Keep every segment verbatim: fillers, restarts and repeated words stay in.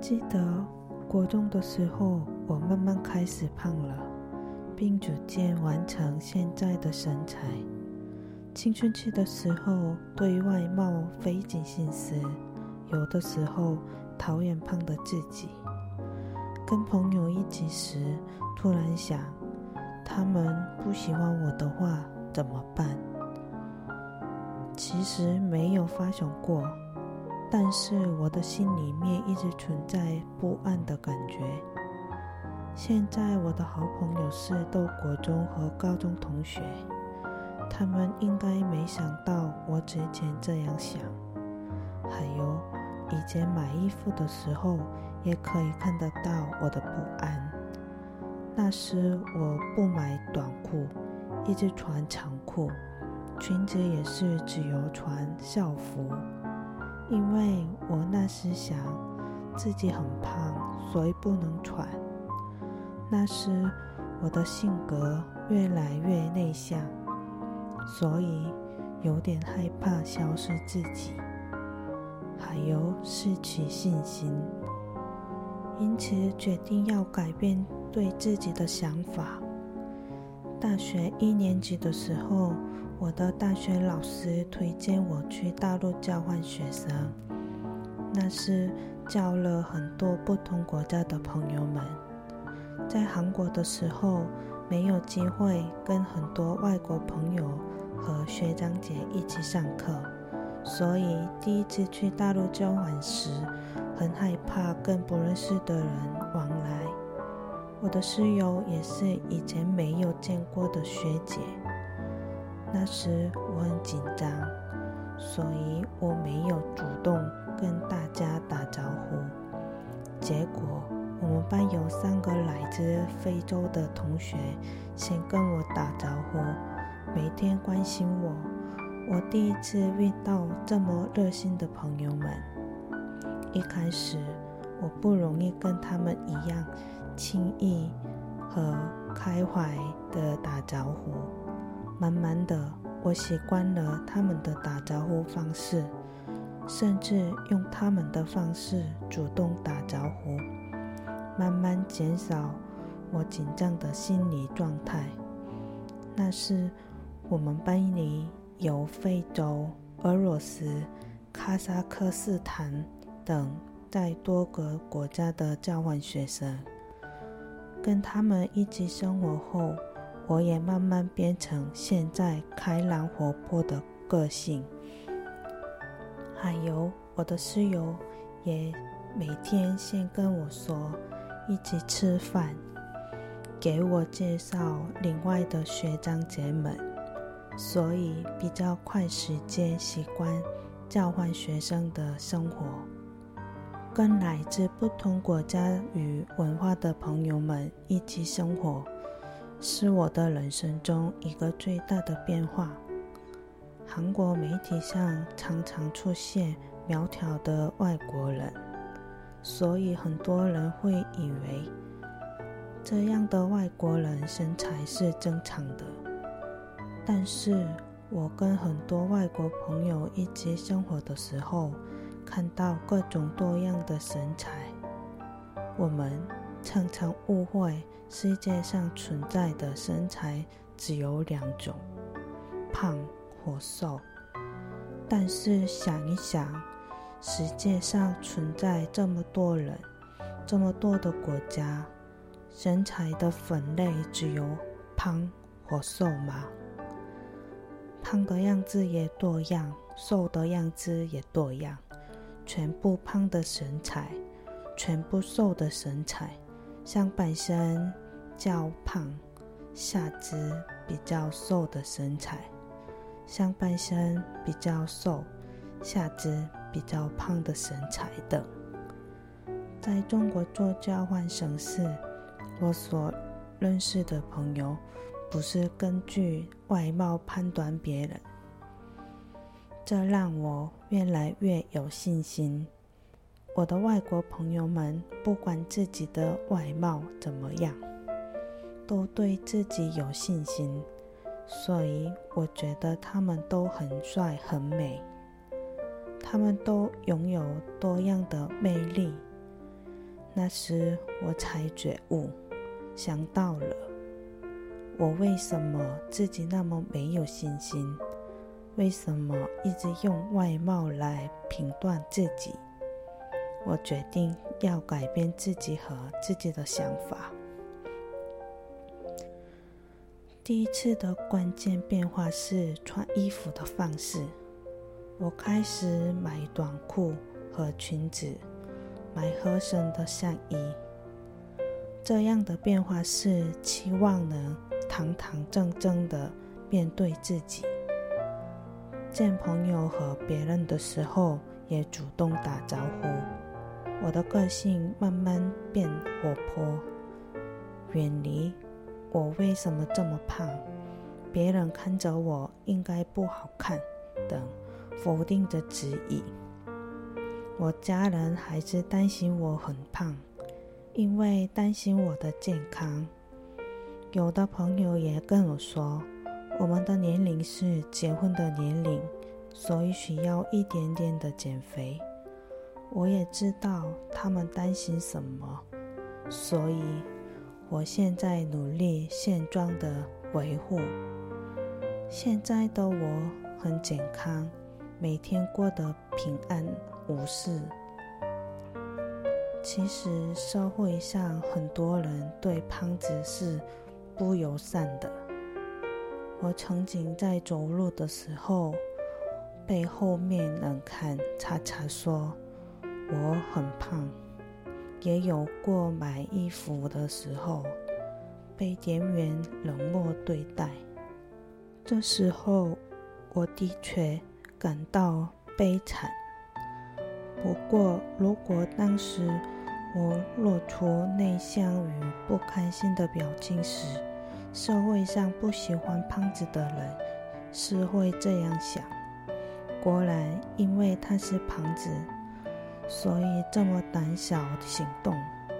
记得国中的时候，我慢慢开始胖了，并逐渐完成现在的身材。青春期的时候，对于外貌费尽心思，有的时候讨厌胖的自己。跟朋友一起时，突然想，他们不喜欢我的话怎么办？其实没有发生过，但是我的心里面一直存在不安的感觉。现在我的好朋友是都国中和高中同学，他们应该没想到我之前这样想。还有以前买衣服的时候也可以看得到我的不安。那时我不买短裤，一直穿长裤，裙子也是只有穿校服，因为我那时想自己很胖，所以不能穿。那时我的性格越来越内向，所以有点害怕消失自己，还有失去信心，因此决定要改变对自己的想法。大学一年级的时候，我的大学老师推荐我去大陆交换学生，那时交了很多不同国家的朋友们。在韩国的时候，没有机会跟很多外国朋友和学长姐一起上课，所以第一次去大陆交换时，很害怕跟不认识的人往来。我的室友也是以前没有见过的学姐，那时我很紧张，所以我没有主动跟大家打招呼。结果我们班有三个来自非洲的同学先跟我打招呼，每天关心我。我第一次遇到这么热心的朋友们。一开始我不容易跟他们一样轻易和开怀的打招呼，慢慢的我习惯了他们的打招呼方式，甚至用他们的方式主动打招呼，慢慢减少我紧张的心理状态。那是我们班里有非洲、俄罗斯、哈萨克斯坦等在多个国家的交换学生，跟他们一起生活后，我也慢慢变成现在开朗活泼的个性。还有我的室友也每天先跟我说一起吃饭，给我介绍另外的学长姐们，所以比较快时间习惯交换学生的生活。跟来自不同国家与文化的朋友们一起生活，是我的人生中一个最大的变化。韩国媒体上常常出现苗条的外国人，所以很多人会以为这样的外国人身材是正常的。但是我跟很多外国朋友一起生活的时候，看到各种多样的身材，我们常常误会世界上存在的身材只有两种，胖或瘦。但是想一想，世界上存在这么多人，这么多的国家，身材的分类只有胖或瘦吗？胖的样子也多样，瘦的样子也多样。全部胖的身材，全部瘦的身材，上半身较胖，下肢比较瘦的身材，上半身比较瘦，下肢比较胖的身材等。在中国做交换生时，我所认识的朋友不是根据外貌判断别人，这让我越来越有信心。我的外国朋友们不管自己的外貌怎么样，都对自己有信心，所以我觉得他们都很帅很美。他们都拥有多样的魅力， 那时我才觉悟，想到了我为什么自己那么没有信心，为什么一直用外貌来评断自己。我决定要改变自己和自己的想法。第一次的关键变化是穿衣服的方式。我开始买短裤和裙子，买合身的上衣。这样的变化是期望能堂堂正正的面对自己。见朋友和别人的时候也主动打招呼。我的个性慢慢变活泼，远离我为什么这么胖，别人看着我应该不好看等否定的质疑。我家人还是担心我很胖，因为担心我的健康。有的朋友也跟我说，我们的年龄是结婚的年龄，所以需要一点点的减肥。我也知道他们担心什么，所以我现在努力现状的维护。现在的我很健康，每天过得平安无事。其实社会上很多人对胖子是不友善的。我曾经在走路的时候，被后面人看叉叉说我很胖，也有过买衣服的时候被店员冷漠对待。这时候我的确感到悲惨。不过如果当时我露出内向与不开心的表情时，社会上不喜欢胖子的人是会这样想，果然因为他是胖子，所以这么胆小的行动。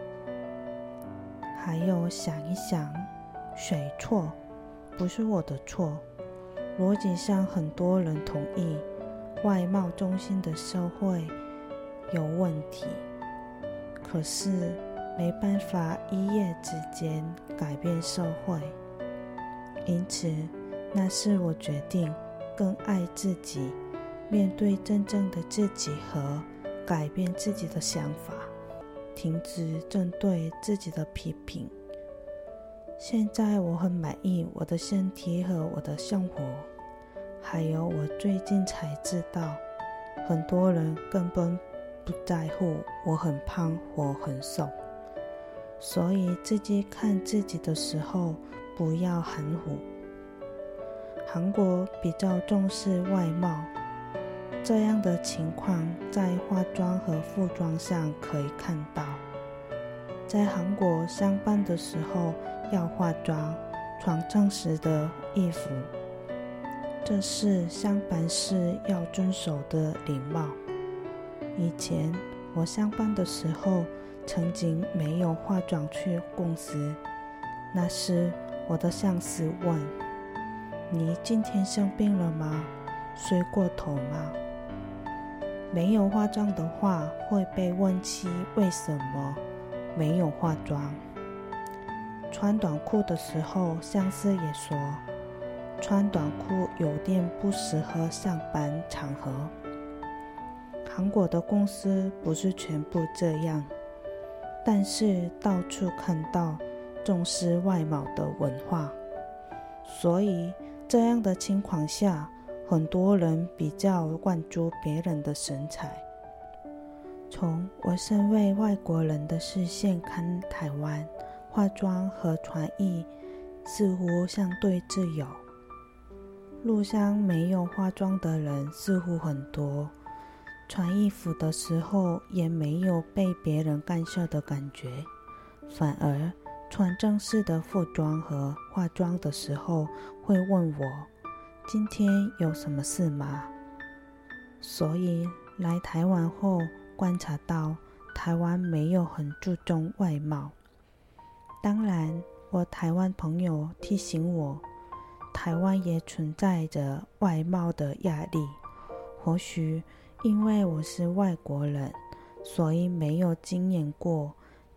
还有想一想，谁错？不是我的错。逻辑上很多人同意外貌中心的社会有问题，可是没办法一夜之间改变社会。因此那是我决定更爱自己，面对真正的自己和改变自己的想法，停止针对自己的批评。现在我很满意我的身体和我的生活。还有我最近才知道，很多人根本不在乎我很胖或很瘦，所以自己看自己的时候不要含糊。韩国比较重视外貌，这样的情况在化妆和服装上可以看到。在韩国上班的时候要化妆，穿正式的衣服，这是上班时要遵守的礼貌。以前我上班的时候曾经没有化妆去公司，那时我的上司问，你今天生病了吗？睡过头吗？没有化妆的话会被问起为什么没有化妆。穿短裤的时候上司也说，穿短裤有点不适合上班场合。韩国的公司不是全部这样，但是到处看到重视外貌的文化，所以这样的情况下，很多人比较关注别人的身材。从我身为外国人的视线看台湾，化妆和穿衣似乎相对自由。路上没有化妆的人似乎很多，穿衣服的时候也没有被别人干涉的感觉，反而穿正式的服装和化妆的时候会问我，今天有什么事吗？所以来台湾后观察到台湾没有很注重外貌。当然我台湾朋友提醒我，台湾也存在着外貌的压力，或许因为我是外国人，所以没有经验过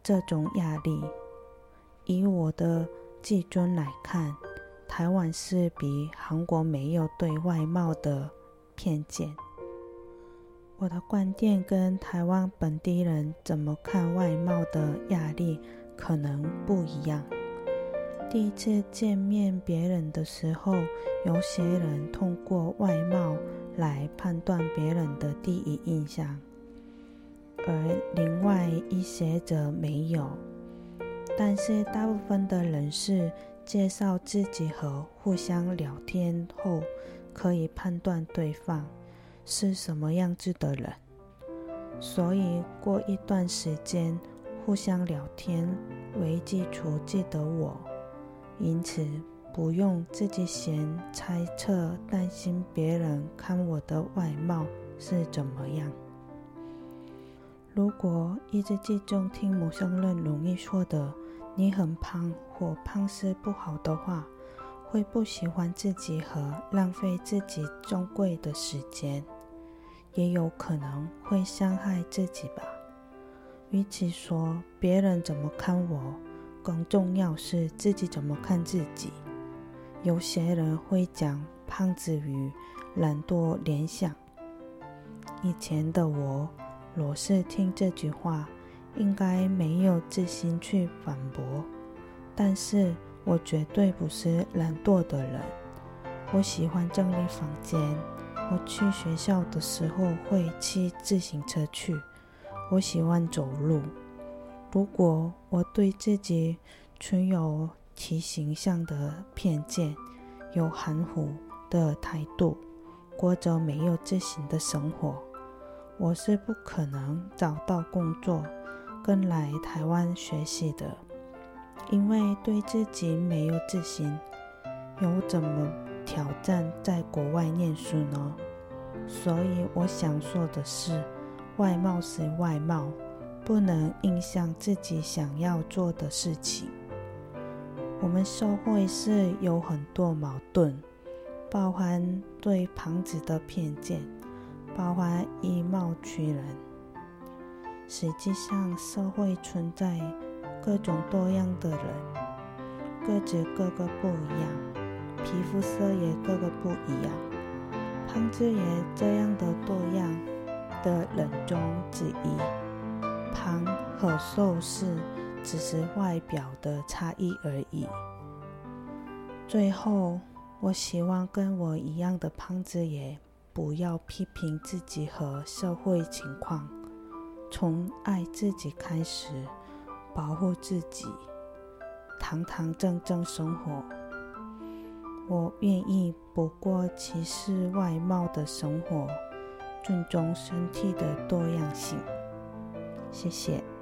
这种压力。以我的自尊来看，台湾是比韩国没有对外貌的偏见。我的观点跟台湾本地人怎么看外貌的压力可能不一样。第一次见面别人的时候，有些人通过外貌来判断别人的第一印象，而另外一些则没有。但是大部分的人是介绍自己和互相聊天后，可以判断对方是什么样子的人。所以过一段时间互相聊天为基础记得我，因此不用自己先猜测担心别人看我的外貌是怎么样。如果一直集中听陌生人容易说的你很胖或胖是不好的话，会不喜欢自己和浪费自己珍贵的时间，也有可能会伤害自己吧。与其说别人怎么看我，更重要是自己怎么看自己。有些人会将胖子与懒惰联想。以前的我若是听这句话，应该没有自信去反驳，但是我绝对不是懒惰的人。我喜欢整理房间，我去学校的时候会骑自行车去，我喜欢走路。如果我对自己存有其形象的偏见，有含糊的态度，过着没有自信的生活，我是不可能找到工作跟来台湾学习的。因为对自己没有自信，又怎么挑战在国外念书呢？所以我想说的是，外貌是外貌，不能影响自己想要做的事情。我们社会是有很多矛盾，包含对胖子的偏见，包含以貌取人。实际上社会存在各种多样的人，个子个个不一样，皮肤色也个个不一样，胖子也这样的多样的人中之一。胖和瘦是只是外表的差异而已。最后，我希望跟我一样的胖子也不要批评自己和社会情况，从爱自己开始，保护自己，堂堂正正生活。我愿意不过歧视外貌的生活，尊重身体的多样性。谢谢。